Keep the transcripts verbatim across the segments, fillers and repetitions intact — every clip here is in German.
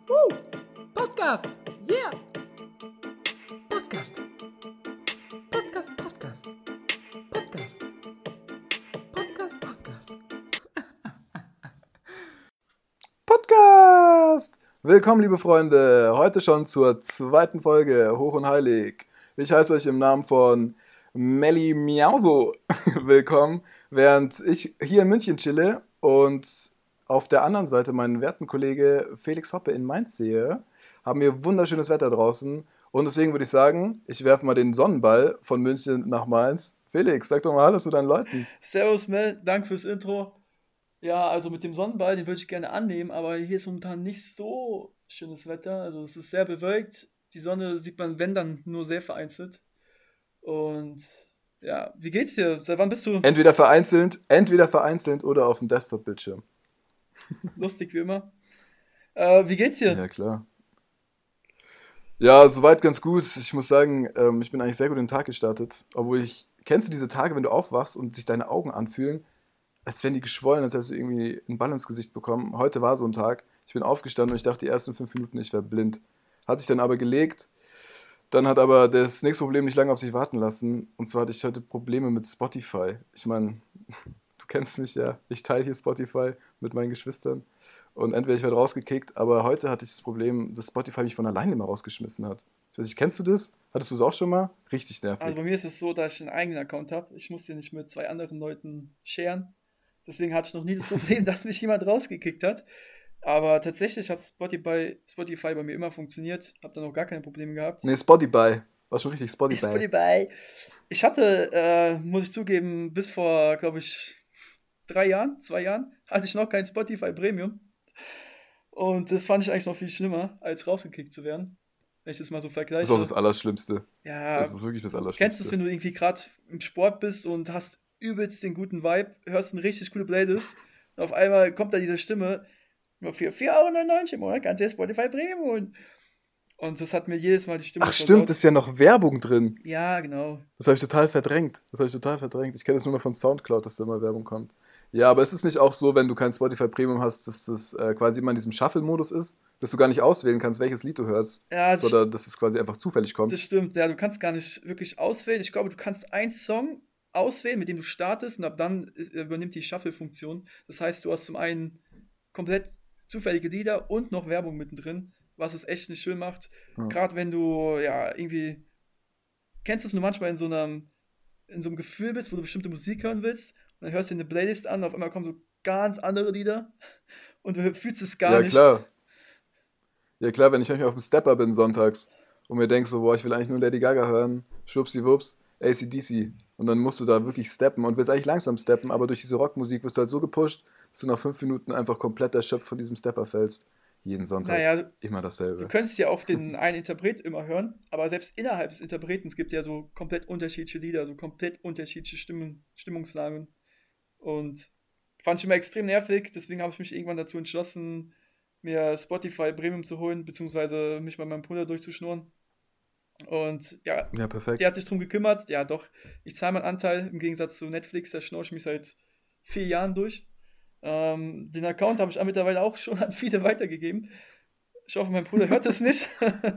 Woo! Podcast! Yeah! Podcast! Podcast, Podcast! Podcast! Podcast, Podcast! Podcast! Willkommen, liebe Freunde, heute schon zur zweiten Folge Hoch und Heilig. Ich heiße euch im Namen von Melli Miauso willkommen, während ich hier in München chille und auf der anderen Seite meinen werten Kollege Felix Hoppe in Mainz sehe, haben wir wunderschönes Wetter draußen und deswegen würde ich sagen, ich werfe mal den Sonnenball von München nach Mainz. Felix, sag doch mal Hallo zu deinen Leuten. Servus Mel, danke fürs Intro. Ja, also mit dem Sonnenball, den würde ich gerne annehmen, aber hier ist momentan nicht so schönes Wetter, also es ist sehr bewölkt, die Sonne sieht man, wenn dann, nur sehr vereinzelt. Und ja, wie geht's dir? Seit wann bist du? Entweder vereinzelt, entweder vereinzelt oder auf dem Desktop-Bildschirm. Lustig wie immer. Äh, wie geht's dir? Ja, klar. Ja, soweit ganz gut. Ich muss sagen, ähm, ich bin eigentlich sehr gut in den Tag gestartet. Obwohl ich, kennst du diese Tage, wenn du aufwachst und sich deine Augen anfühlen, als wären die geschwollen, als hättest du irgendwie einen Ball ins Gesicht bekommen. Heute war so ein Tag. Ich bin aufgestanden und ich dachte die ersten fünf Minuten, ich wäre blind. Hat sich dann aber gelegt. Dann hat aber das nächste Problem nicht lange auf sich warten lassen. Und zwar hatte ich heute Probleme mit Spotify. Ich meine, du kennst mich ja. Ich teile hier Spotify mit meinen Geschwistern. Und entweder ich werde rausgekickt, aber heute hatte ich das Problem, dass Spotify mich von alleine immer rausgeschmissen hat. Ich weiß nicht, kennst du das? Hattest du es auch schon mal? Richtig nervig. Also bei mir ist es so, dass ich einen eigenen Account habe. Ich muss den nicht mit zwei anderen Leuten sharen. Deswegen hatte ich noch nie das Problem, dass mich jemand rausgekickt hat. Aber tatsächlich hat Spotify, Spotify bei mir immer funktioniert. Hab da noch gar keine Probleme gehabt. Nee, Spotify. War schon richtig, Spotify. Spotify. Ich hatte, äh, muss ich zugeben, bis vor, glaube ich, drei Jahren, zwei Jahren, hatte ich noch kein Spotify Premium. Und das fand ich eigentlich noch viel schlimmer, als rausgekickt zu werden. Wenn ich das mal so vergleiche. Das ist auch das Allerschlimmste. Ja, Das ist wirklich das Allerschlimmste. kennst du es, wenn du irgendwie gerade im Sport bist und hast übelst den guten Vibe, hörst eine richtig coole Playlist und auf einmal kommt da diese Stimme, nur für vier Euro neunundneunzig im Monat kannst du ja Spotify Premium holen. Und das hat mir jedes Mal die Stimme Ach stimmt, ist ja noch Werbung drin. Ja, genau. Das habe ich total verdrängt. Das habe ich total verdrängt. Ich kenne es nur noch von Soundcloud, dass da immer Werbung kommt. Ja, aber ist es nicht auch so, wenn du kein Spotify Premium hast, dass das äh, quasi immer in diesem Shuffle-Modus ist, dass du gar nicht auswählen kannst, welches Lied du hörst, Ja, das, sondern dass es quasi einfach zufällig kommt? das stimmt. Ja, du kannst gar nicht wirklich auswählen. Ich glaube, du kannst einen Song auswählen, mit dem du startest und ab dann ist, übernimmt die Shuffle-Funktion. Das heißt, du hast zum einen komplett zufällige Lieder und noch Werbung mittendrin, was es echt nicht schön macht. Ja. Gerade wenn du ja irgendwie, kennst du es nur manchmal in so einem in so einem Gefühl bist, wo du bestimmte Musik hören willst und dann hörst du eine Playlist an und auf einmal kommen so ganz andere Lieder und du fühlst es gar Ja, nicht. klar. Ja, klar, wenn ich manchmal auf dem Stepper bin sonntags und mir denke so, boah, ich will eigentlich nur Lady Gaga hören, schwuppsiwupps, A C D C. Und dann musst du da wirklich steppen und willst eigentlich langsam steppen, aber durch diese Rockmusik wirst du halt so gepusht, dass du nach fünf Minuten einfach komplett erschöpft von diesem Stepper fällst. Jeden Sonntag. Naja, immer dasselbe. du könntest ja auch den einen Interpret immer hören, aber selbst innerhalb des Interpreten gibt es ja so komplett unterschiedliche Lieder, so komplett unterschiedliche Stimmen, Stimmungslagen. Und fand ich immer extrem nervig, deswegen habe ich mich irgendwann dazu entschlossen, mir Spotify Premium zu holen, beziehungsweise mich bei meinem Bruder durchzuschnurren. Und ja, Ja, perfekt. der hat sich drum gekümmert. Ja, doch, ich zahle meinen Anteil im Gegensatz zu Netflix, da schnurre ich mich seit vier Jahren durch. Ähm, den Account habe ich mittlerweile auch schon an viele weitergegeben. Ich hoffe, mein Bruder hört es nicht.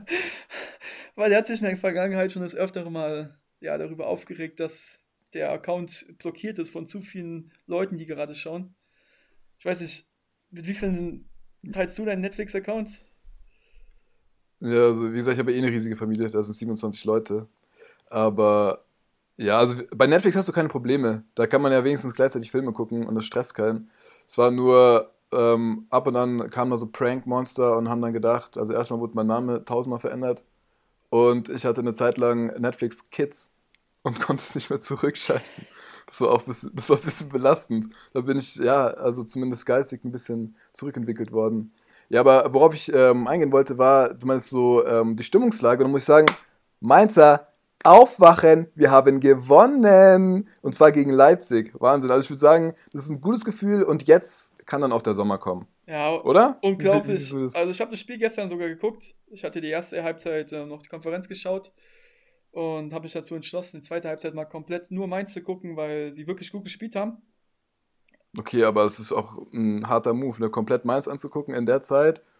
Weil er hat sich in der Vergangenheit schon das öftere Mal ja, darüber aufgeregt, dass der Account blockiert ist von zu vielen Leuten, die gerade schauen. Ich weiß nicht, mit wie vielen teilst du deinen Netflix-Account? Ja, also wie gesagt, ich habe eh eine riesige Familie, da sind siebenundzwanzig Leute. Aber ja, also bei Netflix hast du keine Probleme. Da kann man ja wenigstens gleichzeitig Filme gucken und das stresst keinen. Es war nur, ähm, ab und an kamen da so Prank-Monster und haben dann gedacht, also erstmal wurde mein Name tausendmal verändert und ich hatte eine Zeit lang Netflix Kids und konnte es nicht mehr zurückschalten. Das war auch ein bisschen, das war ein bisschen belastend. Da bin ich, ja, also zumindest geistig ein bisschen zurückentwickelt worden. Ja, aber worauf ich ähm, eingehen wollte, war, du meinst so ähm, die Stimmungslage. Und da muss ich sagen, Mainzer, aufwachen, wir haben gewonnen. Und zwar gegen Leipzig. Wahnsinn. Also ich würde sagen, das ist ein gutes Gefühl und jetzt kann dann auch der Sommer kommen. Ja, oder? Unglaublich. Wie, wie siehst du das? Also ich habe das Spiel gestern sogar geguckt. Ich hatte die erste Halbzeit äh, noch die Konferenz geschaut und habe mich dazu entschlossen, die zweite Halbzeit mal komplett nur Mainz zu gucken, weil sie wirklich gut gespielt haben. Okay, aber es ist auch ein harter Move, ne? Komplett Mainz anzugucken in der Zeit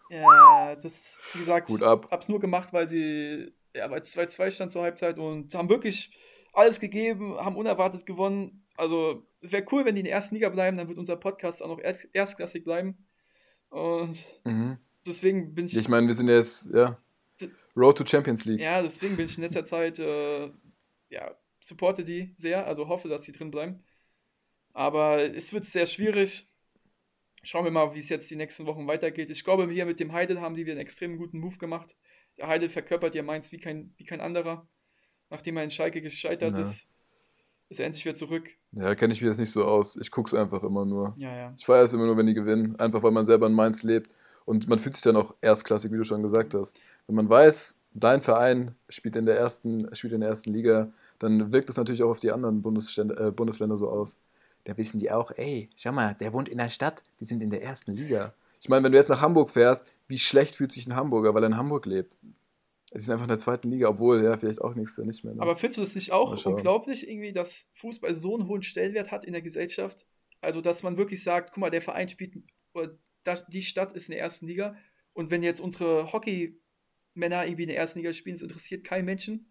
Ja, das, wie gesagt, Hut ab. hab's nur gemacht, weil sie, ja, weil es zwei zwei stand zur Halbzeit und haben wirklich alles gegeben, haben unerwartet gewonnen. Also, es wäre cool, wenn die in der ersten Liga bleiben, dann wird unser Podcast auch noch er erstklassig bleiben. Und Mhm. deswegen bin Ja, ich, ich meine, wir sind jetzt, ja, Road to Champions League. ja, deswegen bin ich in letzter Zeit, äh, ja, supporte die sehr, also hoffe, dass die drin bleiben. Aber es wird sehr schwierig. Schauen wir mal, wie es jetzt die nächsten Wochen weitergeht. Ich glaube, hier mit dem Heidel haben die wieder einen extrem guten Move gemacht. Der Heidel verkörpert ja Mainz wie kein, wie kein anderer. Nachdem er in Schalke gescheitert Ja. ist, ist er endlich wieder zurück. Ja, kenne ich mir jetzt nicht so aus. Ich guck's einfach immer nur. Ja, ja. Ich feiere es immer nur, wenn die gewinnen. Einfach, weil man selber in Mainz lebt. Und man fühlt sich dann auch erstklassig, wie du schon gesagt hast. Wenn man weiß, dein Verein spielt in der ersten, spielt in der ersten Liga, dann wirkt es natürlich auch auf die anderen Bundesländer, äh, Bundesländer so aus. Da wissen die auch, ey, schau mal, der wohnt in der Stadt, die sind in der ersten Liga. Ich meine, wenn du jetzt nach Hamburg fährst, wie schlecht fühlt sich ein Hamburger, weil er in Hamburg lebt? Die sind einfach in der zweiten Liga, obwohl, ja, vielleicht auch nächstes Jahr nicht mehr. Ne? Aber findest du das nicht Mal auch schauen. unglaublich, irgendwie, dass Fußball so einen hohen Stellenwert hat in der Gesellschaft? Also, dass man wirklich sagt, guck mal, der Verein spielt, oder das, die Stadt ist in der ersten Liga. Und wenn jetzt unsere Hockeymänner irgendwie in der ersten Liga spielen, das interessiert keinen Menschen.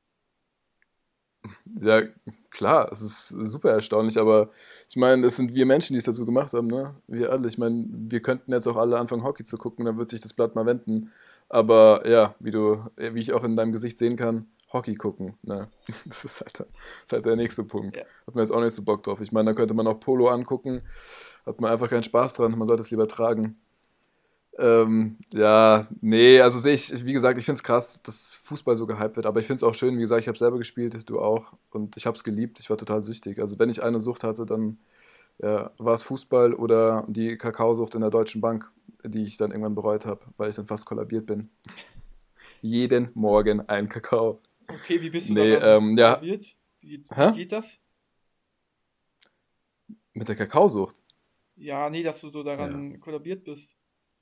Ja, klar, es ist super erstaunlich, aber ich meine, es sind wir Menschen, die es dazu gemacht haben, ne? Wir alle. Ich meine, wir könnten jetzt auch alle anfangen, Hockey zu gucken, dann wird sich das Blatt mal wenden. Aber ja, wie du, wie ich auch in deinem Gesicht sehen kann, Hockey gucken, ne? Das ist halt, der- das ist halt der nächste Punkt. Ja. Hat man jetzt auch nicht so Bock drauf. Ich meine, da könnte man auch Polo angucken, hat man einfach keinen Spaß dran, man sollte es lieber tragen. Ähm, ja, nee, also sehe ich, wie gesagt, ich finde es krass, dass Fußball so gehypt wird, aber ich finde es auch schön, wie gesagt, ich habe selber gespielt, du auch, und ich habe es geliebt, ich war total süchtig. Also wenn ich eine Sucht hatte, dann ja, war es Fußball oder die Kakaosucht in der Deutschen Bank, die ich dann irgendwann bereut habe, weil ich dann fast kollabiert bin. Jeden Morgen ein Kakao. Okay, wie bist du Nee, daran ähm, ja, kollabiert? Wie, wie hä? geht das? Mit der Kakaosucht. Ja, nee, dass du so Ja. daran kollabiert bist.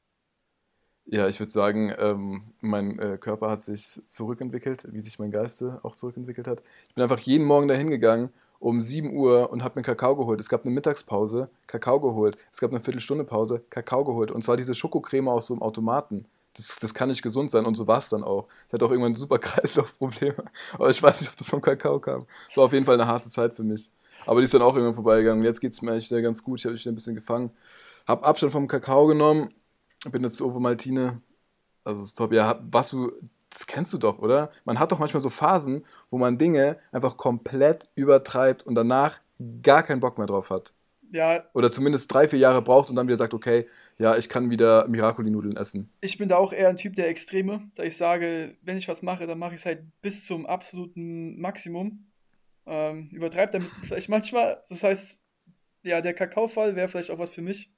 Ja, ich würde sagen, ähm, mein äh, Körper hat sich zurückentwickelt, wie sich mein Geiste auch zurückentwickelt hat. Ich bin einfach jeden Morgen dahin gegangen um sieben Uhr und habe mir Kakao geholt. Es gab eine Mittagspause, Kakao geholt. Es gab eine Viertelstunde Pause, Kakao geholt. Und zwar diese Schokocreme aus so einem Automaten. Das, das kann nicht gesund sein und so war es dann auch. Ich hatte auch irgendwann super Kreislaufprobleme, aber ich weiß nicht, ob das vom Kakao kam. Es war auf jeden Fall eine harte Zeit für mich. Aber die ist dann auch irgendwann vorbeigegangen. Jetzt geht es mir eigentlich wieder ganz gut. Ich habe mich wieder ein bisschen gefangen. Hab Abstand vom Kakao genommen. Bin jetzt zu Ovomaltine. Also das ist top. Ja, was du, das kennst du doch, oder? Man hat doch manchmal so Phasen, wo man Dinge einfach komplett übertreibt und danach gar keinen Bock mehr drauf hat. Ja, Oder zumindest drei, vier Jahre braucht und dann wieder sagt, okay, ja, ich kann wieder Miracoli-Nudeln essen. ich bin da auch eher ein Typ der Extreme, da ich sage, wenn ich was mache, dann mache ich es halt bis zum absoluten Maximum. Ähm, übertreibt damit vielleicht manchmal. Das heißt, ja, der Kakaofall wäre vielleicht auch was für mich.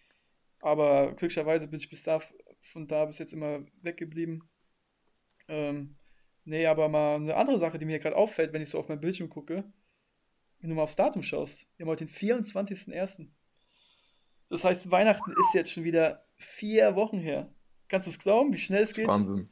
Aber glücklicherweise bin ich bis da, von da bis jetzt immer weggeblieben. Ähm, nee, aber mal eine andere Sache, die mir gerade auffällt, wenn ich so auf mein Bildschirm gucke, wenn du mal aufs Datum schaust. Wir haben heute den vierundzwanzigsten ersten. Das heißt, Weihnachten ist jetzt schon wieder vier Wochen her. Kannst du es glauben, wie schnell es Das ist geht? Wahnsinn.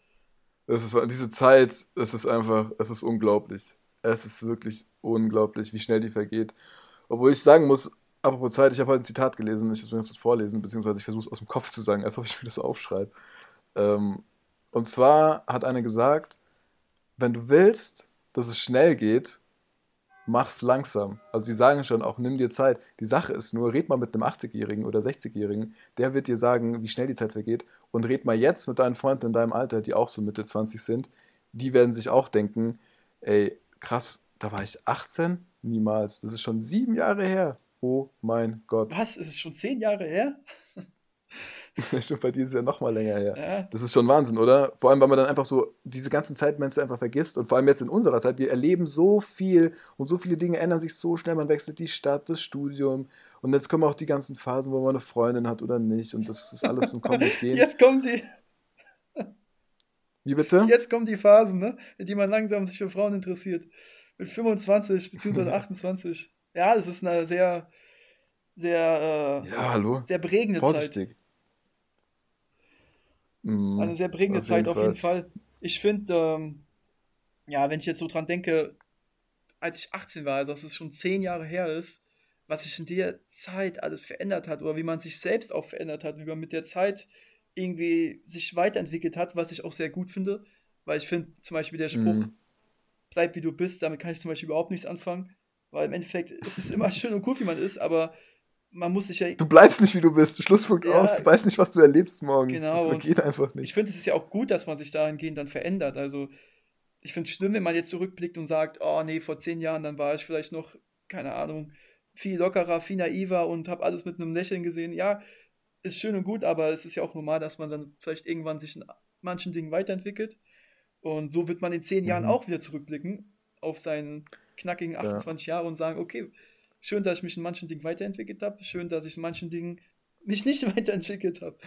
Das ist, diese Zeit, es ist einfach, es ist unglaublich. Es ist wirklich unglaublich, wie schnell die vergeht. Obwohl ich sagen muss, apropos Zeit, ich habe heute ein Zitat gelesen, ich muss mir das jetzt vorlesen, beziehungsweise ich versuche es aus dem Kopf zu sagen, als ob ich mir das aufschreibe. Ähm, und zwar hat einer gesagt, wenn du willst, dass es schnell geht, mach's langsam. Also die sagen schon auch, nimm dir Zeit. Die Sache ist nur, red mal mit einem achtzigjährigen oder sechzigjährigen, der wird dir sagen, wie schnell die Zeit vergeht. Und red mal jetzt mit deinen Freunden in deinem Alter, die auch so Mitte zwanzig sind. Die werden sich auch denken, ey, krass, da war ich achtzehn? Niemals. Das ist schon sieben Jahre her. Oh mein Gott. Was? Ist es schon zehn Jahre her? Stimmt, bei dir ist es ja noch mal länger her. Ja, Das ist schon Wahnsinn, oder? Vor allem, weil man dann einfach so diese ganzen Zeitmenschen einfach vergisst. Und vor allem jetzt in unserer Zeit, wir erleben so viel und so viele Dinge ändern sich so schnell. Man wechselt die Stadt, das Studium. Und jetzt kommen auch die ganzen Phasen, wo man eine Freundin hat oder nicht. Und das ist alles ein Kommen und Gehen. jetzt kommen sie. Wie bitte? Jetzt kommen die Phasen, ne? In die man langsam sich für Frauen interessiert. Mit fünfundzwanzig bzw. achtundzwanzig. Ja, das ist eine sehr, sehr, äh, Ja, hallo. sehr prägende Zeit. Vorsichtig. Mm, Eine sehr prägende auf Zeit jeden auf jeden Fall. Ich finde, ähm, ja, wenn ich jetzt so dran denke, als ich achtzehn war, also dass es schon zehn Jahre her ist, was sich in der Zeit alles verändert hat oder wie man sich selbst auch verändert hat, wie man mit der Zeit irgendwie sich weiterentwickelt hat, was ich auch sehr gut finde, weil ich finde zum Beispiel der Spruch, Mhm. bleib wie du bist, damit kann ich zum Beispiel überhaupt nichts anfangen, weil im Endeffekt ist es immer schön und cool, wie man ist, aber man muss sich ja, Du bleibst nicht, wie du bist. Schlusspunkt ja, aus. Du weißt nicht, was du erlebst morgen. Das genau, geht und einfach ich nicht. finde, es ist ja auch gut, dass man sich dahingehend dann verändert, also ich finde es schlimm, wenn man jetzt zurückblickt und sagt, oh nee, vor zehn Jahren, dann war ich vielleicht noch, keine Ahnung, viel lockerer, viel naiver und habe alles mit einem Lächeln gesehen. Ja, ist schön und gut, aber es ist ja auch normal, dass man dann vielleicht irgendwann sich in manchen Dingen weiterentwickelt. Und so wird man in zehn Jahren Mhm. auch wieder zurückblicken auf seinen knackigen Ja. achtundzwanzig Jahre und sagen, okay, schön, dass ich mich in manchen Dingen weiterentwickelt habe, schön, dass ich in manchen Dingen mich nicht weiterentwickelt habe.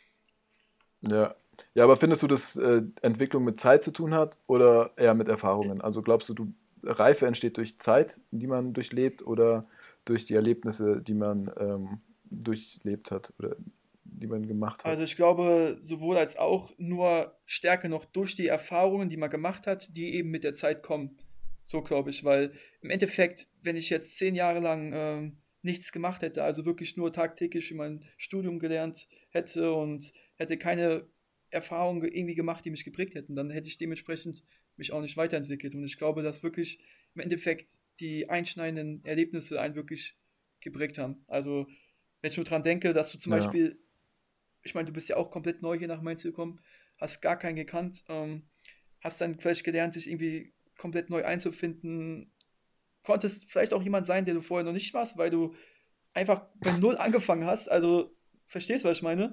Ja. Ja, aber findest du, dass äh, Entwicklung mit Zeit zu tun hat oder eher mit Erfahrungen? Also glaubst du, du, Reife entsteht durch Zeit, die man durchlebt oder durch die Erlebnisse, die man ähm, durchlebt hat oder die man gemacht Also hat? ich glaube, sowohl als auch nur Stärke noch durch die Erfahrungen, die man gemacht hat, die eben mit der Zeit kommen. So glaube ich, weil im Endeffekt, wenn ich jetzt zehn Jahre lang ähm, nichts gemacht hätte, also wirklich nur tagtäglich für mein Studium gelernt hätte und hätte keine Erfahrungen ge- irgendwie gemacht, die mich geprägt hätten, dann hätte ich dementsprechend mich auch nicht weiterentwickelt. Und ich glaube, dass wirklich im Endeffekt die einschneidenden Erlebnisse einen wirklich geprägt haben. Also wenn ich nur dran denke, dass du zum Ja. Beispiel, ich meine, du bist ja auch komplett neu hier nach Mainz gekommen, hast gar keinen gekannt, ähm, hast dann vielleicht gelernt, sich irgendwie komplett neu einzufinden, konntest vielleicht auch jemand sein, der du vorher noch nicht warst, weil du einfach bei Null angefangen hast, also verstehst du, was ich meine?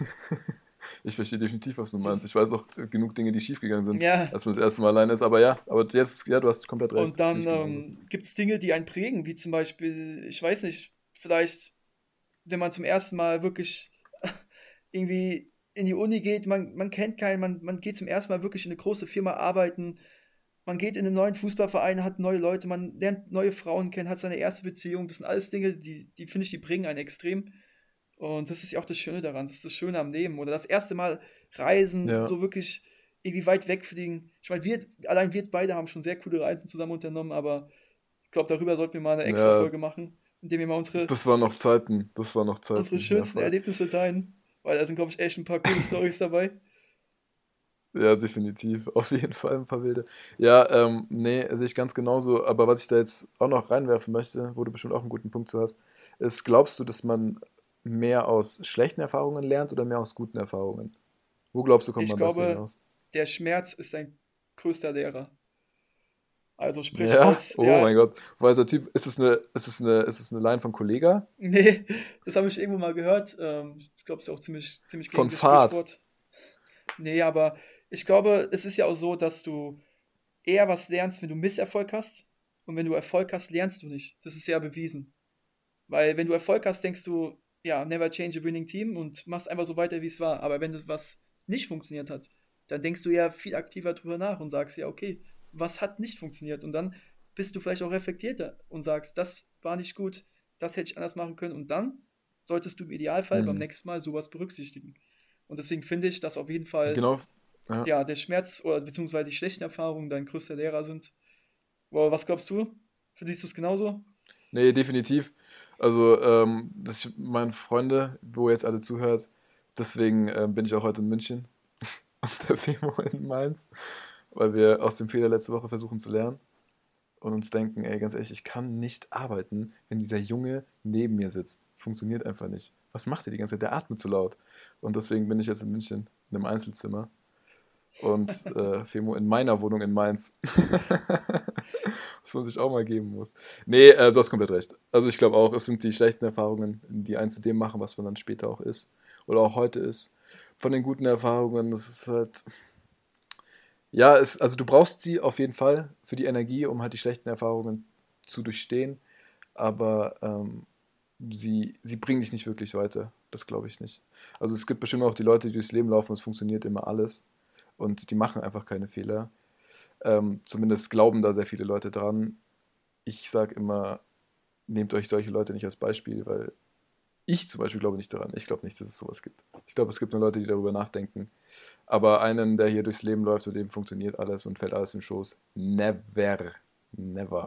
Ich verstehe definitiv, was du Es meinst. ist, Ich weiß auch äh, genug Dinge, die schiefgegangen sind, ja, als man das erste Mal alleine ist. Aber ja, aber jetzt, ja, du hast komplett recht. und Das sehe dann ich genauso. ähm, gibt es Dinge, die einen prägen, wie zum Beispiel, ich weiß nicht, vielleicht, wenn man zum ersten Mal wirklich irgendwie in die Uni geht, man, man kennt keinen, man, man geht zum ersten Mal wirklich in eine große Firma arbeiten, man geht in einen neuen Fußballverein, hat neue Leute, man lernt neue Frauen kennen, hat seine erste Beziehung. Das sind alles Dinge, die, die finde ich, die prägen einen extrem. Und das ist ja auch das Schöne daran, das ist das Schöne am Leben. Oder das erste Mal reisen, Ja, so wirklich irgendwie weit wegfliegen. Ich meine, wir, allein wir beide haben schon sehr coole Reisen zusammen unternommen, aber ich glaube, darüber sollten wir mal eine extra ja, Folge machen, indem wir mal unsere, das waren noch Zeiten. Das waren noch unsere Zeiten. Ja, schönsten voll. Erlebnisse teilen. Weil da sind, glaube ich, echt ein paar coole Storys dabei. Ja, definitiv. Auf jeden Fall ein paar wilde. Ja, ähm, nee, sehe ich ganz genauso. Aber was ich da jetzt auch noch reinwerfen möchte, wo du bestimmt auch einen guten Punkt zu hast, ist, glaubst du, dass man mehr aus schlechten Erfahrungen lernt oder mehr aus guten Erfahrungen? Wo glaubst du, kommt Ich man besser glaube, hinaus? der Schmerz ist dein größter Lehrer. Also sprich Ja, aus, oh mein ja, Gott. Wo ist der Typ? Ist es eine, ist es eine, ist es eine Line von Kollega? nee, das habe ich irgendwo mal gehört. Ähm, ich glaube, es ist auch ziemlich, ziemlich gegen Von das Fahrt. Sprichwort. Nee, aber ich glaube, es ist ja auch so, dass du eher was lernst, wenn du Misserfolg hast. Und wenn du Erfolg hast, lernst du nicht. Das ist ja bewiesen. Weil wenn du Erfolg hast, denkst du, ja, never change a winning team und machst einfach so weiter, wie es war. Aber wenn das was nicht funktioniert hat, dann denkst du ja viel aktiver drüber nach und sagst ja, okay, was hat nicht funktioniert? Und dann bist du vielleicht auch reflektierter und sagst, das war nicht gut, das hätte ich anders machen können. Und dann solltest du im Idealfall beim Hm. nächsten Mal sowas berücksichtigen. Und deswegen finde ich, dass auf jeden Fall Genau. Ja. ja, der Schmerz oder beziehungsweise die schlechten Erfahrungen dein größter Lehrer sind. Wow, was glaubst du? Siehst du es genauso? Nee, definitiv. Also, ähm, das ich, meine Freunde, wo ihr jetzt alle zuhört, deswegen ähm, bin ich auch heute in München und der Femo in Mainz, weil wir aus dem Fehler letzte Woche versuchen zu lernen und uns denken, ey, ganz ehrlich, ich kann nicht arbeiten, wenn dieser Junge neben mir sitzt. Es funktioniert einfach nicht. Was macht er die ganze Zeit? Der atmet zu laut. Und deswegen bin ich jetzt in München, in einem Einzelzimmer und äh, Femo in meiner Wohnung in Mainz. Was man sich auch mal geben muss. Nee, äh, du hast komplett recht. Also ich glaube auch, es sind die schlechten Erfahrungen, die einen zu dem machen, was man dann später auch ist. Oder auch heute ist. Von den guten Erfahrungen, das ist halt. Ja, es, also du brauchst sie auf jeden Fall für die Energie, um halt die schlechten Erfahrungen zu durchstehen. Aber ähm, sie, sie bringen dich nicht wirklich weiter. Das glaube ich nicht. Also es gibt bestimmt auch die Leute, die durchs Leben laufen und es funktioniert immer alles. Und die machen einfach keine Fehler. Ähm, zumindest glauben da sehr viele Leute dran. Ich sage immer, nehmt euch solche Leute nicht als Beispiel, weil ich zum Beispiel glaube nicht daran. Ich glaube nicht, dass es sowas gibt. Ich glaube, es gibt nur Leute, die darüber nachdenken. Aber einen, der hier durchs Leben läuft und dem funktioniert alles und fällt alles im Schoß, never. Never.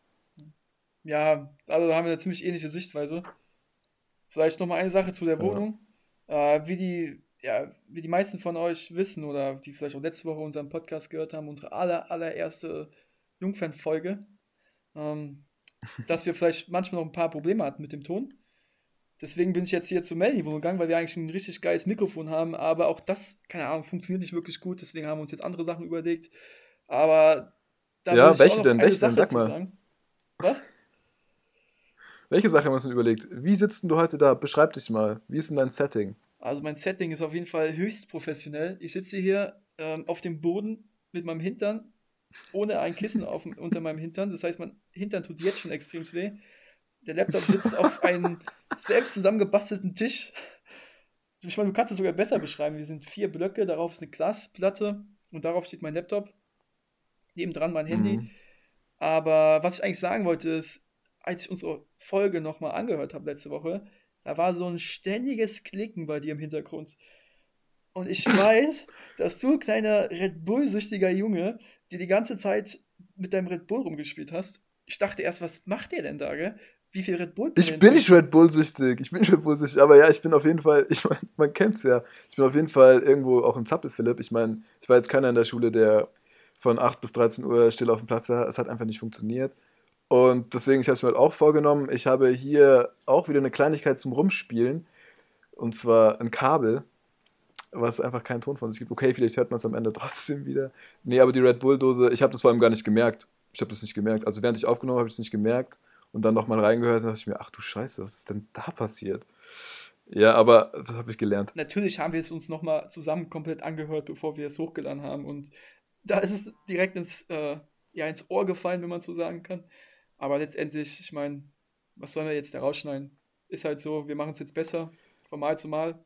Ja, also da haben wir eine ziemlich ähnliche Sichtweise. Vielleicht nochmal eine Sache zu der Ja. Wohnung. Äh, wie die ja, wie die meisten von euch wissen oder die vielleicht auch letzte Woche unseren Podcast gehört haben, unsere aller, allererste Jungfernfolge, ähm, dass wir vielleicht manchmal noch ein paar Probleme hatten mit dem Ton. Deswegen bin ich jetzt hier zu Melanie gegangen, weil wir eigentlich ein richtig geiles Mikrofon haben, aber auch das, keine Ahnung, funktioniert nicht wirklich gut, deswegen haben wir uns jetzt andere Sachen überlegt. Aber da Ja, will ich welche auch noch denn? eine Welche Sache denn? Sag dazu mal. sagen. Was? Welche Sache haben wir uns denn überlegt? Wie sitzt denn du heute da? Beschreib dich mal. Wie ist denn dein Setting? Also mein Setting ist auf jeden Fall höchst professionell. Ich sitze hier ähm, auf dem Boden mit meinem Hintern, ohne ein Kissen auf, unter meinem Hintern. Das heißt, mein Hintern tut jetzt schon extrem weh. Der Laptop sitzt auf einem selbst zusammengebastelten Tisch. Ich meine, du kannst es sogar besser beschreiben. Wir sind vier Blöcke, darauf ist eine Glasplatte und darauf steht mein Laptop. Nebendran mein Handy. Mhm. Aber was ich eigentlich sagen wollte, ist, als ich unsere Folge nochmal angehört habe letzte Woche, da war so ein ständiges Klicken bei dir im Hintergrund. Und ich weiß, dass du, kleiner Red Bull-süchtiger Junge, dir die ganze Zeit mit deinem Red Bull rumgespielt hast. Ich dachte erst, was macht der denn da, gell? Wie viel Red Bull kann Ich der bin denn nicht Red Bull süchtig. Ich bin nicht Red Bull süchtig. Aber ja, ich bin auf jeden Fall, ich meine, man kennt's ja. Ich bin auf jeden Fall irgendwo auch ein Zappel-Philipp. Ich meine, ich war jetzt keiner in der Schule, der von acht bis dreizehn Uhr still auf dem Platz war. Es hat einfach nicht funktioniert. Und deswegen, ich habe es mir halt auch vorgenommen. Ich habe hier auch wieder eine Kleinigkeit zum Rumspielen. Und zwar ein Kabel, was einfach keinen Ton von sich gibt. Okay, vielleicht hört man es am Ende trotzdem wieder. Nee, aber die Red Bull-Dose, ich habe das vor allem gar nicht gemerkt. Ich habe das nicht gemerkt. Also während ich aufgenommen habe, habe ich es nicht gemerkt. Und dann nochmal reingehört und dachte ich mir, ach du Scheiße, was ist denn da passiert? Ja, aber das habe ich gelernt. Natürlich haben wir es uns nochmal zusammen komplett angehört, bevor wir es hochgeladen haben. Und da ist es direkt ins, äh, ja, ins Ohr gefallen, wenn man so sagen kann. Aber letztendlich, ich meine, was sollen wir jetzt da rausschneiden? Ist halt so, wir machen es jetzt besser, von Mal zu Mal.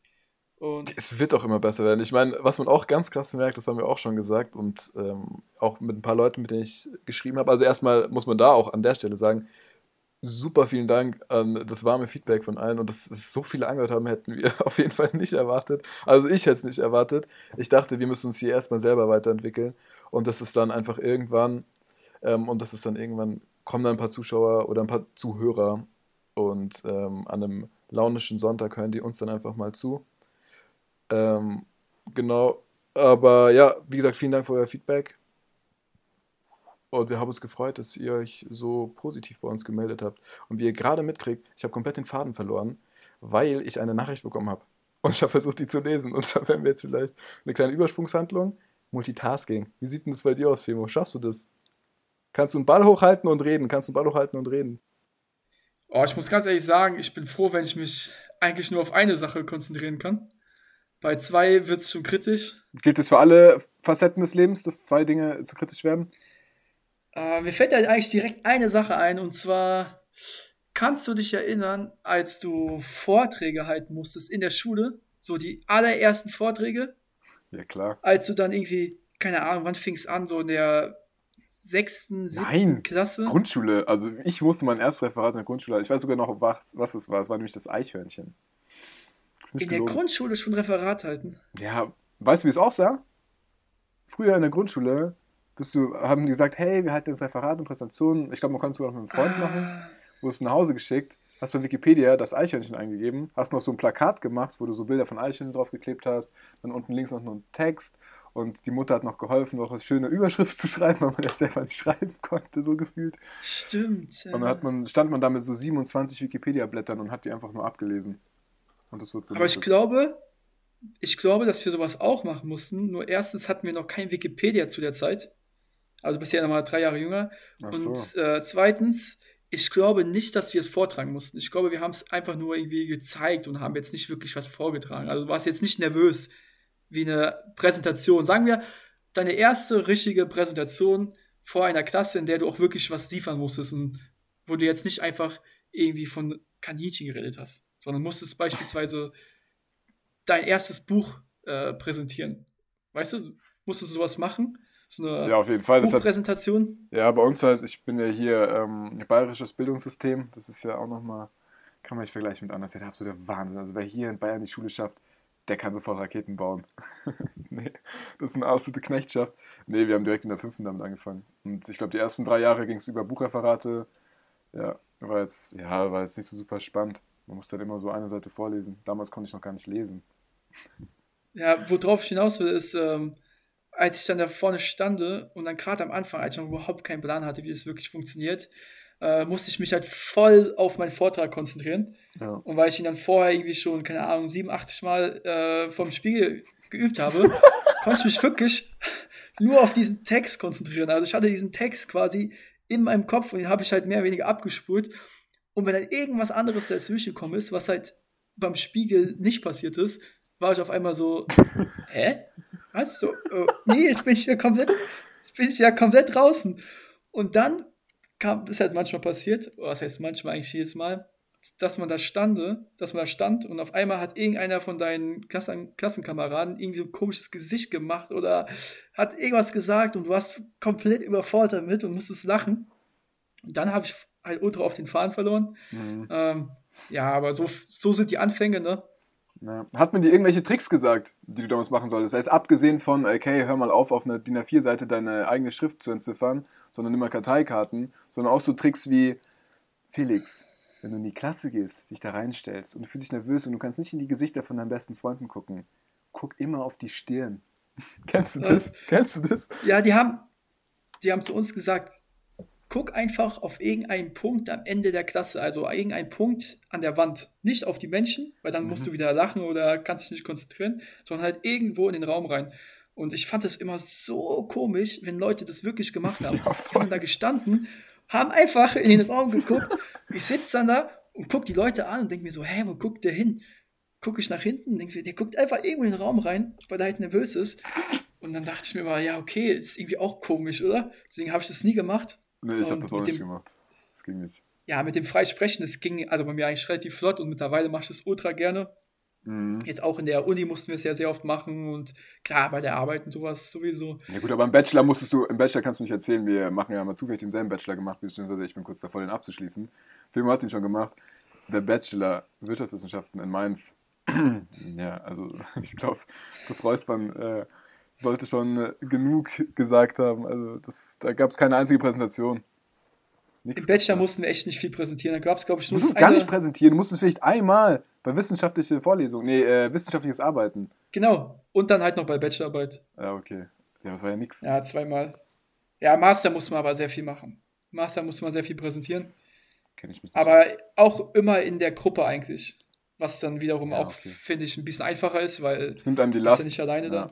Und Es wird auch immer besser werden. Ich meine, was man auch ganz krass merkt, das haben wir auch schon gesagt und ähm, auch mit ein paar Leuten, mit denen ich geschrieben habe. Also erstmal muss man da auch an der Stelle sagen, super vielen Dank an das warme Feedback von allen und dass es so viele angehört haben, hätten wir auf jeden Fall nicht erwartet. Also ich hätte es nicht erwartet. Ich dachte, wir müssen uns hier erstmal selber weiterentwickeln und das ist dann einfach irgendwann ähm, und das ist dann irgendwann, kommen dann ein paar Zuschauer oder ein paar Zuhörer und ähm, an einem launischen Sonntag hören die uns dann einfach mal zu. Ähm, genau, aber ja, wie gesagt, vielen Dank für euer Feedback und wir haben uns gefreut, dass ihr euch so positiv bei uns gemeldet habt. Und wie ihr gerade mitkriegt, ich habe komplett den Faden verloren, weil ich eine Nachricht bekommen habe. Und ich habe versucht, die zu lesen. Und da wären wir jetzt vielleicht eine kleine Übersprungshandlung. Multitasking. Wie sieht denn das bei dir aus, Femo? Schaffst du das? Kannst du einen Ball hochhalten und reden? Kannst du einen Ball hochhalten und reden? oh, ich muss ganz ehrlich sagen, ich bin froh, wenn ich mich eigentlich nur auf eine Sache konzentrieren kann. Bei zwei wird es schon kritisch. Gilt es für alle Facetten des Lebens, dass zwei Dinge zu kritisch werden? Äh, mir fällt da eigentlich direkt eine Sache ein, und zwar, kannst du dich erinnern, als du Vorträge halten musstest in der Schule, so die allerersten Vorträge, Ja, klar. als du dann irgendwie, keine Ahnung, wann fing es an, so in der sechsten, siebten Nein, Klasse? Grundschule. Also ich musste mein erstes Referat in der Grundschule. Ich weiß sogar noch, was, was es war. Es war nämlich das Eichhörnchen. Das ist nicht In der gelogen. Grundschule schon Referat halten. Ja, weißt du, wie es aussah? Früher in der Grundschule bist du, haben die gesagt, hey, wir halten jetzt Referat und Präsentation. Ich glaube, man konnte es sogar noch mit einem Freund machen. Ah, Wurdest du nach Hause geschickt, hast bei Wikipedia das Eichhörnchen eingegeben, hast noch so ein Plakat gemacht, wo du so Bilder von Eichhörnchen draufgeklebt hast, dann unten links noch einen Text und die Mutter hat noch geholfen, noch eine schöne Überschrift zu schreiben, weil man das selber nicht schreiben konnte, so gefühlt. stimmt. Und dann Ja. hat man, stand man da mit so siebenundzwanzig Wikipedia-Blättern und hat die einfach nur abgelesen. Und das wird Aber ich benutzt. glaube, ich glaube, dass wir sowas auch machen mussten. Nur erstens hatten wir noch kein Wikipedia zu der Zeit. Also du bist ja nochmal drei Jahre jünger. Ach so. Und äh, zweitens, ich glaube nicht, dass wir es vortragen mussten. Ich glaube, wir haben es einfach nur irgendwie gezeigt und haben jetzt nicht wirklich was vorgetragen. Also du warst jetzt nicht nervös wie eine Präsentation. Sagen wir, deine erste richtige Präsentation vor einer Klasse, in der du auch wirklich was liefern musstest und wo du jetzt nicht einfach irgendwie von Kaninchen geredet hast, sondern musstest beispielsweise dein erstes Buch äh, präsentieren. Weißt du, musstest du sowas machen? So eine Ja, auf jeden Fall. Das hat, Buchpräsentation? ja, bei uns halt, ich bin ja hier ähm, bayerisches Bildungssystem. Das ist ja auch nochmal, kann man nicht vergleichen mit anders. Ja, das ist so der Wahnsinn. Also wer hier in Bayern die Schule schafft, der kann sofort Raketen bauen. Nee, das ist eine absolute Knechtschaft. Nee, wir haben direkt in der fünften damit angefangen. Und ich glaube, die ersten drei Jahre ging es über Buchreferate. Ja, war jetzt, ja, war jetzt nicht so super spannend. Man musste dann immer so eine Seite vorlesen. Damals konnte ich noch gar nicht lesen. Ja, worauf ich hinaus will, ist, ähm, als ich dann da vorne stande und dann gerade am Anfang, als ich noch überhaupt keinen Plan hatte, wie das wirklich funktioniert, äh, musste ich mich halt voll auf meinen Vortrag konzentrieren. Ja. Und weil ich ihn dann vorher irgendwie schon, keine Ahnung, siebenundachtzig Mal äh, vom Spiegel geübt habe, konnte ich mich wirklich nur auf diesen Text konzentrieren. Also ich hatte diesen Text quasi in meinem Kopf und den habe ich halt mehr oder weniger abgespult. Und wenn dann irgendwas anderes dazwischen gekommen ist, was halt beim Spiegel nicht passiert ist, war ich auf einmal so, hä? Was? So, äh, nee, jetzt bin ich ja komplett, jetzt bin ich ja komplett draußen. Und dann kam, ist halt manchmal passiert, oder was heißt manchmal eigentlich jedes Mal, dass man da stande, dass man da stand und auf einmal hat irgendeiner von deinen Klassen, Klassenkameraden irgendwie so ein komisches Gesicht gemacht oder hat irgendwas gesagt und du warst komplett überfordert damit und musstest lachen. Und dann habe ich halt ultra auf den Faden verloren. Mhm. Ähm, ja, aber so, so sind die Anfänge, ne? Ja. Hat man dir irgendwelche Tricks gesagt, die du damals machen solltest? Das heißt, abgesehen von, okay, hör mal auf, auf einer D I N A vier Seite deine eigene Schrift zu entziffern, sondern nimm mal Karteikarten, sondern auch so Tricks wie, Felix, wenn du in die Klasse gehst, dich da reinstellst und du fühlst dich nervös und du kannst nicht in die Gesichter von deinen besten Freunden gucken, guck immer auf die Stirn. Kennst du das? Kennst du das? Ja, die haben, die haben zu uns gesagt, guck einfach auf irgendeinen Punkt am Ende der Klasse, also irgendeinen Punkt an der Wand. Nicht auf die Menschen, weil dann Mhm. musst du wieder lachen oder kannst dich nicht konzentrieren, sondern halt irgendwo in den Raum rein. Und ich fand es immer so komisch, wenn Leute das wirklich gemacht haben. Ja, Die haben da gestanden, haben einfach in den Raum geguckt. Ich sitze dann da und guck die Leute an und denke mir so, hä, wo guckt der hin? Gucke ich nach hinten und denke mir, der guckt einfach irgendwo in den Raum rein, weil er halt nervös ist. Und dann dachte ich mir mal, ja, okay, ist irgendwie auch komisch, oder? Deswegen habe ich das nie gemacht. Nee, ich habe Und das auch mit nicht dem- gemacht. Das ging nicht. Ja, mit dem Freisprechen, das ging also bei mir eigentlich relativ flott und mittlerweile mache ich das ultra gerne. Mhm. Jetzt auch in der Uni mussten wir es ja sehr oft machen und klar, bei der Arbeit und sowas sowieso. Ja gut, aber im Bachelor musstest du, im Bachelor kannst du nicht erzählen, wir machen ja mal zufällig denselben Bachelor gemacht, beziehungsweise ich bin kurz davor, den abzuschließen. Film hat ihn schon gemacht. Der Bachelor Wirtschaftswissenschaften in Mainz. Ja, also ich glaube, das Räuspern äh, sollte schon äh, genug gesagt haben. Also das, da gab es keine einzige Präsentation. Nichts Im Bachelor gesagt. mussten wir echt nicht viel präsentieren. Da gab es, glaube ich, Du nur musst es eine, gar nicht präsentieren, du musst es vielleicht einmal bei wissenschaftliche Vorlesung, nee, äh, wissenschaftliches Arbeiten. genau. Und dann halt noch bei Bachelorarbeit. Ja, okay. Ja, das war ja nix. Ja, zweimal. Ja, Master musste man aber sehr viel machen. Master musste man sehr viel präsentieren. Kenn ich mich nicht Aber aus. auch immer in der Gruppe eigentlich. Was dann wiederum Ja, auch, okay. finde ich, ein bisschen einfacher ist, weil Es nimmt einem die du bist Last. ja nicht alleine Ja. da.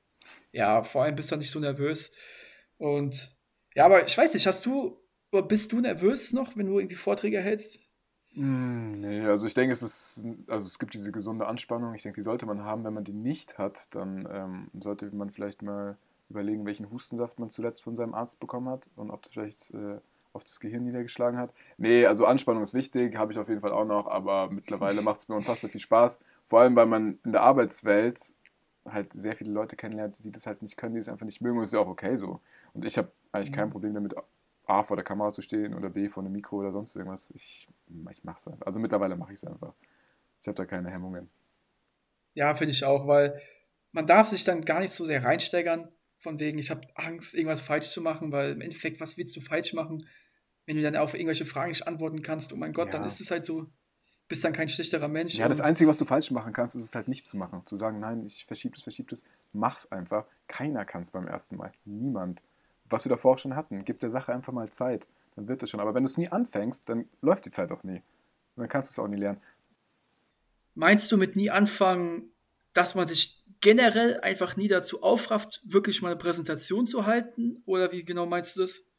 Ja, vor allem bist du nicht so nervös. Und ja, aber ich weiß nicht, hast du, oder bist du nervös noch, wenn du irgendwie Vorträge hältst? Mm, Nee, also ich denke, es ist, also es gibt diese gesunde Anspannung. Ich denke, die sollte man haben. Wenn man die nicht hat, dann ähm, sollte man vielleicht mal überlegen, welchen Hustensaft man zuletzt von seinem Arzt bekommen hat und ob das vielleicht äh, auf das Gehirn niedergeschlagen hat. Nee, also Anspannung ist wichtig, habe ich auf jeden Fall auch noch, aber mittlerweile macht es mir unfassbar viel Spaß. Vor allem, weil man in der Arbeitswelt halt sehr viele Leute kennenlernt, die das halt nicht können, die es einfach nicht mögen und das ist ja auch okay so. Und ich habe eigentlich kein Mhm. Problem damit, A, vor der Kamera zu stehen oder B, vor einem Mikro oder sonst irgendwas. Ich, ich mache es einfach. Also mittlerweile mache ich es einfach. Ich habe da keine Hemmungen. Ja, finde ich auch, weil man darf sich dann gar nicht so sehr reinsteigern, von wegen, ich habe Angst, irgendwas falsch zu machen, weil im Endeffekt, was willst du falsch machen, wenn du dann auf irgendwelche Fragen nicht antworten kannst? Oh mein Gott, dann Ja. ist es halt so, bist dann kein schlechterer Mensch. Ja, das und- Einzige, was du falsch machen kannst, ist es halt nicht zu machen. Zu sagen, nein, ich verschiebe das, verschiebe das. Mach's einfach. Keiner kann es beim ersten Mal. Niemand. Was wir davor auch schon hatten, gib der Sache einfach mal Zeit. Dann wird es schon. Aber wenn du es nie anfängst, dann läuft die Zeit auch nie. Und dann kannst du es auch nie lernen. Meinst du mit nie anfangen, dass man sich generell einfach nie dazu aufrafft, wirklich mal eine Präsentation zu halten? Oder wie genau meinst du das?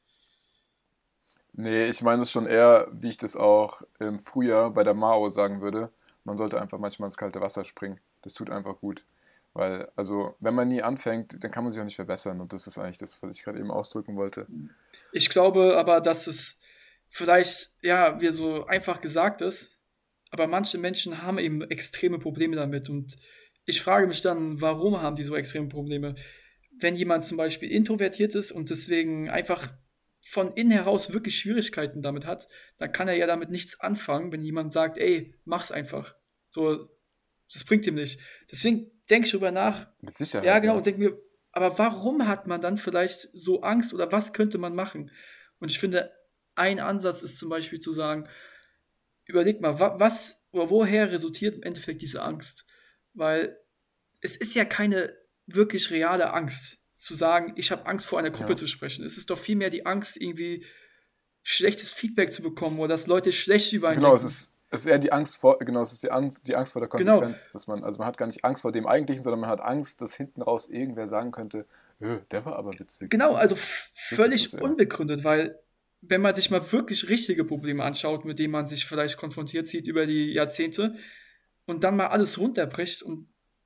Nee, ich meine es schon eher, wie ich das auch im Frühjahr bei der Mao sagen würde. Man sollte einfach manchmal ins kalte Wasser springen. Das tut einfach gut. Weil, also, wenn man nie anfängt, dann kann man sich auch nicht verbessern. Und das ist eigentlich das, was ich gerade eben ausdrücken wollte. Ich glaube aber, dass es vielleicht, ja, wie so einfach gesagt ist, aber manche Menschen haben eben extreme Probleme damit. Und ich frage mich dann, warum haben die so extreme Probleme? Wenn jemand zum Beispiel introvertiert ist und deswegen einfach von innen heraus wirklich Schwierigkeiten damit hat, dann kann er ja damit nichts anfangen, wenn jemand sagt, ey, mach's einfach. So, das bringt ihm nicht. Deswegen denke ich darüber nach, Mit Sicherheit. ja, genau, und denke mir, aber warum hat man dann vielleicht so Angst oder was könnte man machen? Und ich finde, ein Ansatz ist zum Beispiel zu sagen, überleg mal, wa- was oder woher resultiert im Endeffekt diese Angst? Weil es ist ja keine wirklich reale Angst, zu sagen, ich habe Angst, vor einer Gruppe Ja. zu sprechen. Es ist doch vielmehr die Angst, irgendwie schlechtes Feedback zu bekommen oder dass Leute schlecht über einen Genau, es denken. ist, es ist eher die Angst vor, genau, es ist die Angst, die Angst vor der Genau. Konsequenz, dass man, also man hat gar nicht Angst vor dem Eigentlichen, sondern man hat Angst, dass hinten raus irgendwer sagen könnte, "Ö, der war aber witzig." Genau, also f- Das ist völlig es, ja. unbegründet, weil wenn man sich mal wirklich richtige Probleme anschaut, mit denen man sich vielleicht konfrontiert sieht über die Jahrzehnte und dann mal alles runterbricht und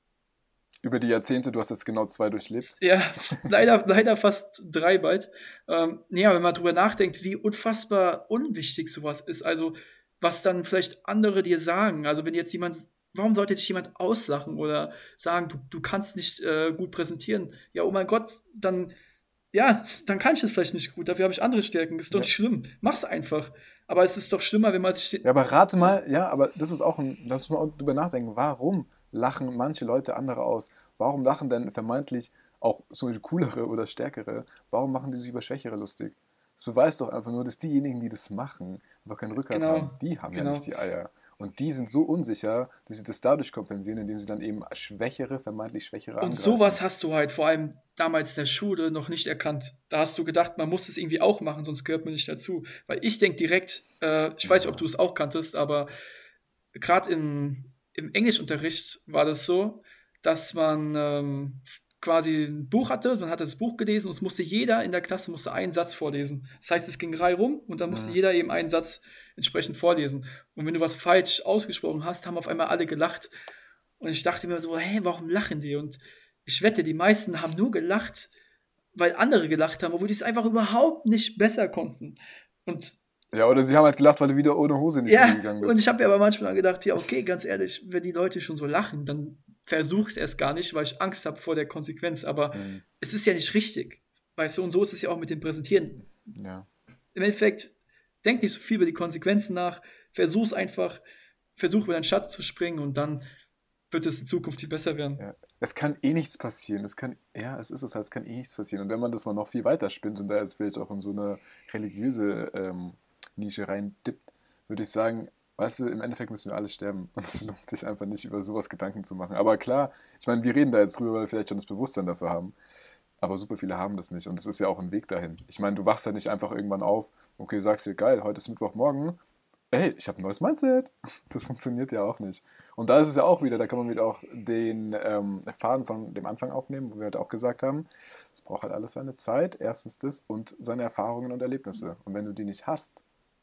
Über die Jahrzehnte, du hast jetzt genau zwei durchlebt. ja, leider, leider fast drei bald. Ähm, nee, aber wenn man drüber nachdenkt, wie unfassbar unwichtig sowas ist, also was dann vielleicht andere dir sagen, also wenn jetzt jemand, warum sollte dich jemand auslachen oder sagen, du, du kannst nicht äh, gut präsentieren? Ja, oh mein Gott, dann, ja, dann kann ich es vielleicht nicht gut, dafür habe ich andere Stärken, ist doch nicht schlimm, mach's einfach. Aber es ist doch schlimmer, wenn man sich, Ja, aber rate mal, ja, aber das ist auch ein, da muss man auch drüber nachdenken, warum lachen manche Leute andere aus? Warum lachen denn vermeintlich auch so coolere oder stärkere, warum machen die sich über Schwächere lustig? Das beweist doch einfach nur, dass diejenigen, die das machen, einfach keinen Rückgrat Genau, haben. Die haben genau. ja nicht die Eier. Und die sind so unsicher, dass sie das dadurch kompensieren, indem sie dann eben schwächere, vermeintlich schwächere Und angreifen. sowas hast du halt vor allem damals in der Schule noch nicht erkannt. Da hast du gedacht, man muss es irgendwie auch machen, sonst gehört man nicht dazu. Weil ich denke direkt, äh, ich weiß nicht, ob du es auch kanntest, aber gerade im, im Englischunterricht war das so, dass man ähm, quasi ein Buch hatte, man hat das Buch gelesen und es musste jeder in der Klasse musste einen Satz vorlesen. Das heißt, es ging Reihe rum und dann musste Mhm. jeder eben einen Satz entsprechend vorlesen. Und wenn du was falsch ausgesprochen hast, haben auf einmal alle gelacht. Und ich dachte mir so, hey, warum lachen die? Und ich wette, die meisten haben nur gelacht, weil andere gelacht haben, obwohl die es einfach überhaupt nicht besser konnten. Und Ja, oder sie haben halt gelacht, weil du wieder ohne Hose nicht ja, hingegangen bist. und ich habe mir aber manchmal gedacht, ja, okay, ganz ehrlich, wenn die Leute schon so lachen, dann versuch's erst gar nicht, weil ich Angst habe vor der Konsequenz. Aber Mhm. es ist ja nicht richtig. Weißt du, und so ist es ja auch mit dem Präsentieren. Ja. Im Endeffekt, denk nicht so viel über die Konsequenzen nach, versuch's einfach, versuch über deinen Schatz zu springen und dann wird es in Zukunft viel besser werden. Ja. Es kann eh nichts passieren. Es kann, ja, es ist es halt, es kann eh nichts passieren. Und wenn man das mal noch viel weiter spinnt und da jetzt vielleicht auch in so eine religiöse ähm, Nische reindippt, würde ich sagen, weißt du, im Endeffekt müssen wir alle sterben. Und es lohnt sich einfach nicht, über sowas Gedanken zu machen. Aber klar, ich meine, wir reden da jetzt drüber, weil wir vielleicht schon das Bewusstsein dafür haben. Aber super viele haben das nicht. Und es ist ja auch ein Weg dahin. Ich meine, du wachst ja nicht einfach irgendwann auf, okay, sagst dir, geil, heute ist Mittwochmorgen, ey, ich habe ein neues Mindset. Das funktioniert ja auch nicht. Und da ist es ja auch wieder, da kann man wieder auch den ähm, Faden von dem Anfang aufnehmen, wo wir halt auch gesagt haben, es braucht halt alles seine Zeit, erstens das und seine Erfahrungen und Erlebnisse. Und wenn du die nicht hast,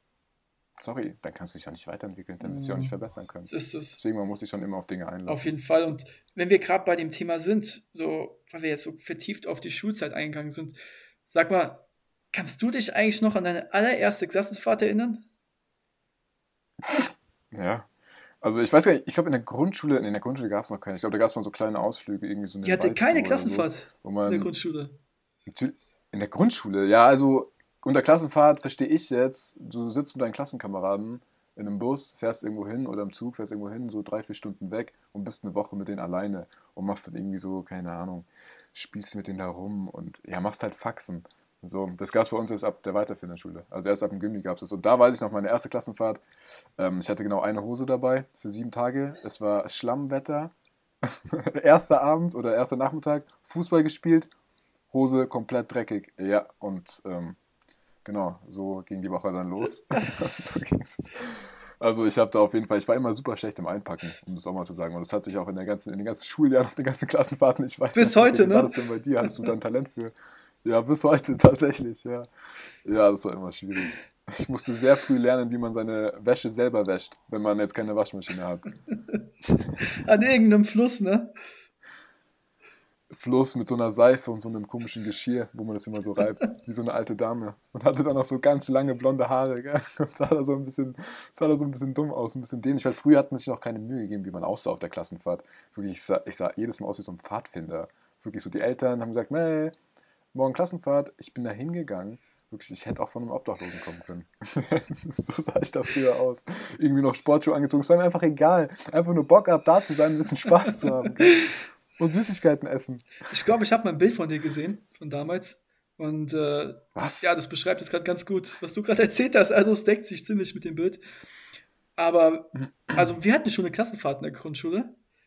sorry, dann kannst du dich auch nicht weiterentwickeln, dann wirst du dich auch nicht verbessern können. Das ist es. Deswegen, man muss sich schon immer auf Dinge einlassen. Auf jeden Fall. Und wenn wir gerade bei dem Thema sind, so, weil wir jetzt so vertieft auf die Schulzeit eingegangen sind, sag mal, kannst du dich eigentlich noch an deine allererste Klassenfahrt erinnern? Ja. Also ich weiß gar nicht, ich glaube in der Grundschule, nee, in der Grundschule gab es noch keine. Ich glaube, da gab es mal so kleine Ausflüge, irgendwie so in den Ihr hattet Wald keine so oder Klassenfahrt so, wo in man der Grundschule. Natür- In der Grundschule, ja, also unter Klassenfahrt verstehe ich jetzt, du sitzt mit deinen Klassenkameraden in einem Bus, fährst irgendwo hin oder im Zug, fährst irgendwo hin, so drei, vier Stunden weg und bist eine Woche mit denen alleine und machst dann irgendwie so, keine Ahnung, spielst mit denen da rum und ja, machst halt Faxen. So, das gab es bei uns erst ab der weiterführenden Schule. Also erst ab dem Gymi gab es das. Und da weiß ich noch meine erste Klassenfahrt. Ähm, ich hatte genau eine Hose dabei für sieben Tage. Es war Schlammwetter. Erster Abend oder erster Nachmittag, Fußball gespielt, Hose komplett dreckig. Ja, und ähm, genau, so ging die Woche dann los. So ging's. Also ich habe da auf jeden Fall, ich war immer super schlecht im Einpacken, um das auch mal zu sagen. Und das hat sich auch in, der ganzen, in den ganzen Schuljahren, auf den ganzen Klassenfahrten nicht weiter. Bis heute, Wie ne? war das denn bei dir? Hast du da ein Talent für? Ja, bis heute tatsächlich, ja. Ja, das war immer schwierig. Ich musste sehr früh lernen, wie man seine Wäsche selber wäscht, wenn man jetzt keine Waschmaschine hat. An irgendeinem Fluss, ne? Fluss mit so einer Seife und so einem komischen Geschirr, wo man das immer so reibt, wie so eine alte Dame. Und hatte dann auch so ganz lange blonde Haare, gell? Und sah da so ein bisschen, sah da so ein bisschen dumm aus, ein bisschen dämlich. Weil früher hat man sich noch keine Mühe gegeben, wie man aussah auf der Klassenfahrt. Wirklich, ich sah, ich sah jedes Mal aus wie so ein Pfadfinder. Wirklich so, die Eltern haben gesagt, nee, morgen Klassenfahrt, ich bin da hingegangen. Wirklich, ich hätte auch von einem Obdachlosen kommen können. So sah ich da früher aus. Irgendwie noch Sportschuhe angezogen. Es war mir einfach egal. Einfach nur Bock gehabt, da zu sein, ein bisschen Spaß zu haben. Gell? Und Süßigkeiten essen. Ich glaube, ich habe mal ein Bild von dir gesehen, von damals. Und äh, Was? ja, das beschreibt es gerade ganz gut, was du gerade erzählt hast. Also es deckt sich ziemlich mit dem Bild. Aber, also wir hatten schon eine Klassenfahrt in der Grundschule.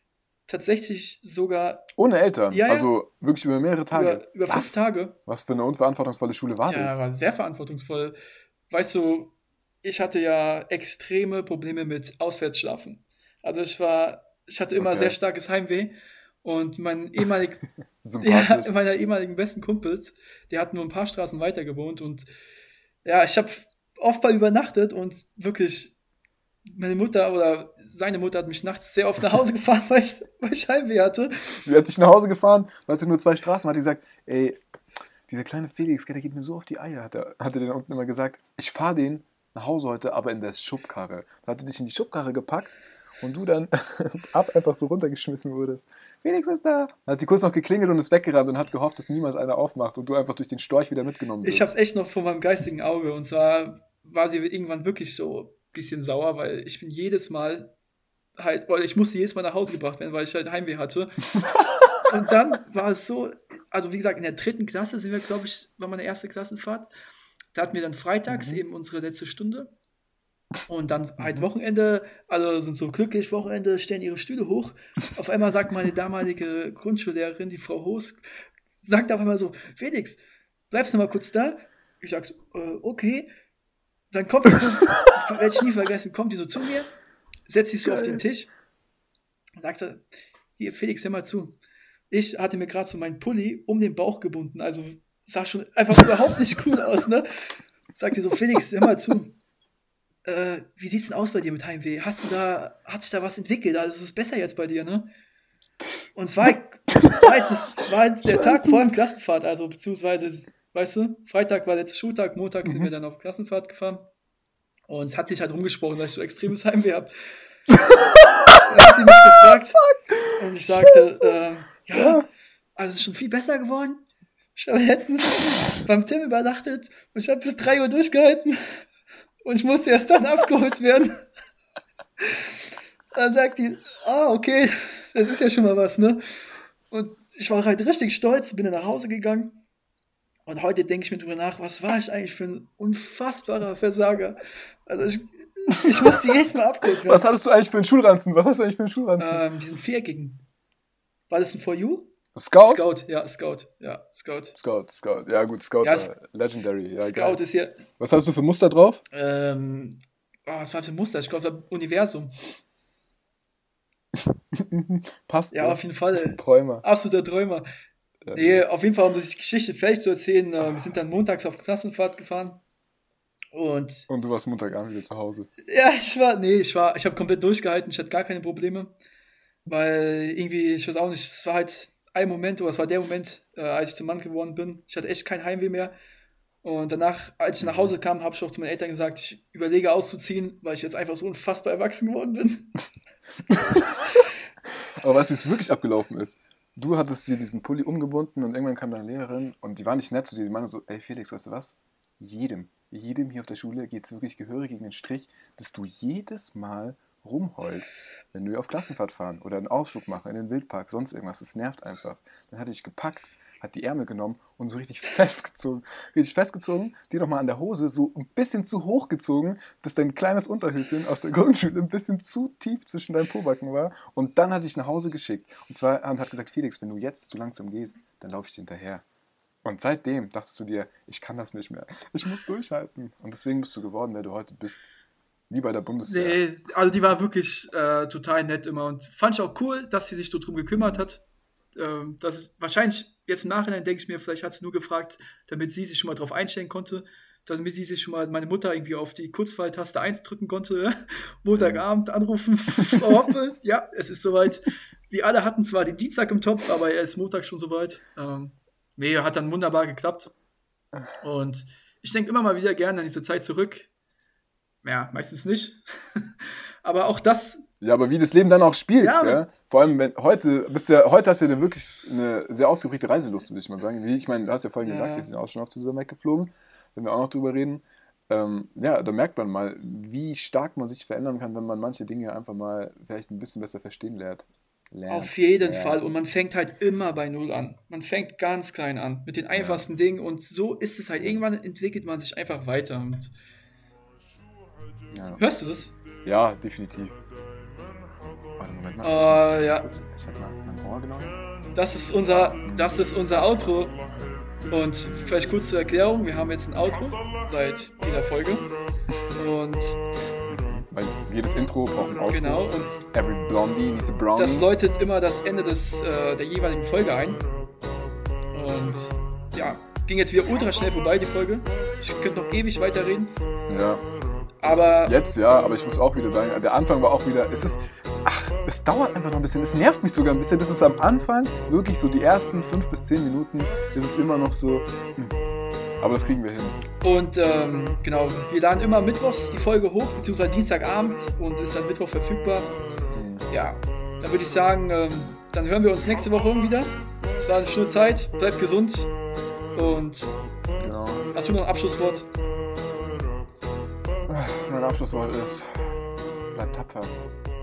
tatsächlich sogar Ohne Eltern? Ja, ja. Also wirklich über mehrere Tage? über, über fünf Was? Tage. Was für eine unverantwortungsvolle Schule war Ja, das? war sehr verantwortungsvoll. Weißt du, ich hatte ja extreme Probleme mit Auswärtsschlafen. Also ich war, ich hatte immer Okay. sehr starkes Heimweh und mein ehemalig, ja, Sympathisch. meiner ehemaligen besten Kumpels, der hat nur ein paar Straßen weiter gewohnt und ja, ich habe oft mal übernachtet und wirklich meine Mutter oder seine Mutter hat mich nachts sehr oft nach Hause gefahren, weil ich, weil ich Heimweh hatte. Wie hat dich nach Hause gefahren, weil es ja nur zwei Straßen war, hat die gesagt, ey, dieser kleine Felix, der geht mir so auf die Eier, hat er, hat er den unten immer gesagt. Ich fahre den nach Hause heute, aber in der Schubkarre. Da hat er dich in die Schubkarre gepackt und du dann ab einfach so runtergeschmissen wurdest. Felix ist da. Dann hat die kurz noch geklingelt und ist weggerannt und hat gehofft, dass niemals einer aufmacht und du einfach durch den Storch wieder mitgenommen wirst. Ich habe es echt noch vor meinem geistigen Auge und zwar war sie irgendwann wirklich so ein bisschen sauer, weil ich bin jedes Mal halt, weil ich musste jedes Mal nach Hause gebracht werden, weil ich halt Heimweh hatte. Und dann war es so, also wie gesagt, in der dritten Klasse sind wir, glaube ich, war meine erste Klassenfahrt. Da hatten wir dann freitags Mhm. eben unsere letzte Stunde. Und dann halt Wochenende, alle sind so glücklich, Wochenende, stellen ihre Stühle hoch. Auf einmal sagt meine damalige Grundschullehrerin, die Frau Hoos, sagt auf einmal so, Felix, bleibst du mal kurz da? Ich sag so, äh, okay. Dann kommt die so, werde ich nie vergessen, kommt die so zu mir, setzt sich so Geil. auf den Tisch und sagt so, hier, Felix, hör mal zu. Ich hatte mir gerade so meinen Pulli um den Bauch gebunden, also sah schon einfach überhaupt nicht cool aus, ne? Sagt sie so, Felix, hör mal zu. Äh, wie sieht's denn aus bei dir mit Heimweh? Hast du da, hat sich da was entwickelt? Also ist es besser jetzt bei dir, ne? Und es war, es war, halt, das war halt der Tag vor dem Klassenfahrt, also beziehungsweise, weißt du, Freitag war letzter Schultag, Montag sind wir dann auf Klassenfahrt gefahren. Und es hat sich halt rumgesprochen, dass ich so extremes Heimweh habe. Dann hat sie mich gefragt und ich sagte, äh, ja, also es ist schon viel besser geworden. Ich habe letztens beim Tim übernachtet und ich habe bis drei Uhr durchgehalten und ich musste erst dann abgeholt werden. Dann sagt die, ah, okay, das ist ja schon mal was, ne? Und ich war halt richtig stolz, bin dann nach Hause gegangen. Und heute denke ich mir drüber nach, was war ich eigentlich für ein unfassbarer Versager. Also ich, ich musste jedes Mal abgeholt werden. Was hattest du eigentlich für einen Schulranzen? Was hast du eigentlich für einen Schulranzen? Ähm, diesen viereckigen. War das ein For You? Scout? Scout, ja, Scout, ja, Scout. Scout, Scout. Ja gut, Scout Ja, war S- legendary. Ja, Scout geil. ist ja, Was hast du für Muster drauf? ähm, oh, was war das für ein Muster? Ich glaube, das war Universum. Passt. Ja, auf jeden Fall. Träumer. Absoluter Träumer. Ja, Nee, auf jeden Fall, um die Geschichte fertig zu erzählen, äh, wir sind dann montags auf Klassenfahrt gefahren. Und Und du warst Montagabend wieder zu Hause. ja, ich war, nee, ich war, ich habe komplett durchgehalten, ich hatte gar keine Probleme. Weil irgendwie, ich weiß auch nicht, es war halt ein Moment, oder es war der Moment, äh, als ich zum Mann geworden bin. Ich hatte echt kein Heimweh mehr. Und danach, als ich nach Hause kam, habe ich auch zu meinen Eltern gesagt, ich überlege auszuziehen, weil ich jetzt einfach so unfassbar erwachsen geworden bin. Aber weißt du, wie es wirklich abgelaufen ist? Du hattest dir diesen Pulli umgebunden und irgendwann kam deine Lehrerin und die war nicht nett zu dir. Die meinte so, ey Felix, weißt du was? Jedem, jedem hier auf der Schule geht es wirklich gehörig gegen den Strich, dass du jedes Mal rumheulst, wenn wir auf Klassenfahrt fahren oder einen Ausflug machen in den Wildpark, sonst irgendwas. Das nervt einfach. Dann hat dich gepackt, hat die Ärmel genommen und so richtig festgezogen. Richtig festgezogen, die nochmal an der Hose so ein bisschen zu hoch gezogen, dass dein kleines Unterhöschen aus der Grundschule ein bisschen zu tief zwischen deinen Pobacken war. Und dann hat dich nach Hause geschickt. Und zwar und hat gesagt, Felix, wenn du jetzt zu langsam gehst, dann laufe ich dir hinterher. Und seitdem dachtest du dir, ich kann das nicht mehr. Ich muss durchhalten. Und deswegen bist du geworden, wer du heute bist. Wie bei der Bundeswehr. Nee, also die war wirklich äh, total nett immer und fand ich auch cool, dass sie sich so drum gekümmert hat. Ähm, das ist wahrscheinlich jetzt im Nachhinein denke ich mir, vielleicht hat sie nur gefragt, damit sie sich schon mal drauf einstellen konnte, damit sie sich schon mal meine Mutter irgendwie auf die Kurzwahltaste eins drücken konnte. Montagabend anrufen, Frau Hoppe, ja, es ist soweit. Wir alle hatten zwar den Dienstag im Topf, aber er ist Montag schon soweit. Ähm, nee, hat dann wunderbar geklappt. Und ich denke immer mal wieder gerne an diese Zeit zurück. Ja, meistens nicht. Aber auch das. Ja, aber wie das Leben dann auch spielt, Ja, gell? Vor allem, wenn heute, bist du ja, heute hast du ja eine wirklich eine sehr ausgeprägte Reiselust, würde ich mal sagen. Wie ich meine, du hast ja vorhin Ja. gesagt, wir sind auch schon auf zusammen weggeflogen, wenn wir auch noch drüber reden. Ähm, ja, da merkt man mal, wie stark man sich verändern kann, wenn man manche Dinge einfach mal vielleicht ein bisschen besser verstehen lernt. lernt. Auf jeden Ja. Fall. Und man fängt halt immer bei Null an. Man fängt ganz klein an. Mit den einfachsten Dingen. Und so ist es halt. Irgendwann entwickelt man sich einfach weiter. Und Ja. hörst du das? Ja, definitiv. Warte, Moment. Oh, ja. Gut, ich hab mal mein Ohr genommen. Das ist unser, das ist unser Outro. Und vielleicht kurz zur Erklärung, wir haben jetzt ein Outro seit jeder Folge. Und Weil jedes Intro braucht ein Outro. genau, und Every Blondie needs a Brownie. das läutet immer das Ende des, äh, der jeweiligen Folge ein. Und ja, ging jetzt wieder ultra schnell vorbei, die Folge. Ich könnte noch ewig weiterreden. Ja. Aber Jetzt ja, aber ich muss auch wieder sagen, der Anfang war auch wieder, es ist, ach, es dauert einfach noch ein bisschen, es nervt mich sogar ein bisschen, das ist am Anfang, wirklich so die ersten fünf bis zehn Minuten, ist es immer noch so, hm, aber das kriegen wir hin. Und ähm, genau, wir laden immer mittwochs die Folge hoch, beziehungsweise Dienstagabend und ist dann Mittwoch verfügbar. Ja, dann würde ich sagen, ähm, dann hören wir uns nächste Woche wieder. Es war eine schöne Zeit, bleibt gesund und Genau. hast du noch ein Abschlusswort? Mein Abschlusswort ist, bleib tapfer.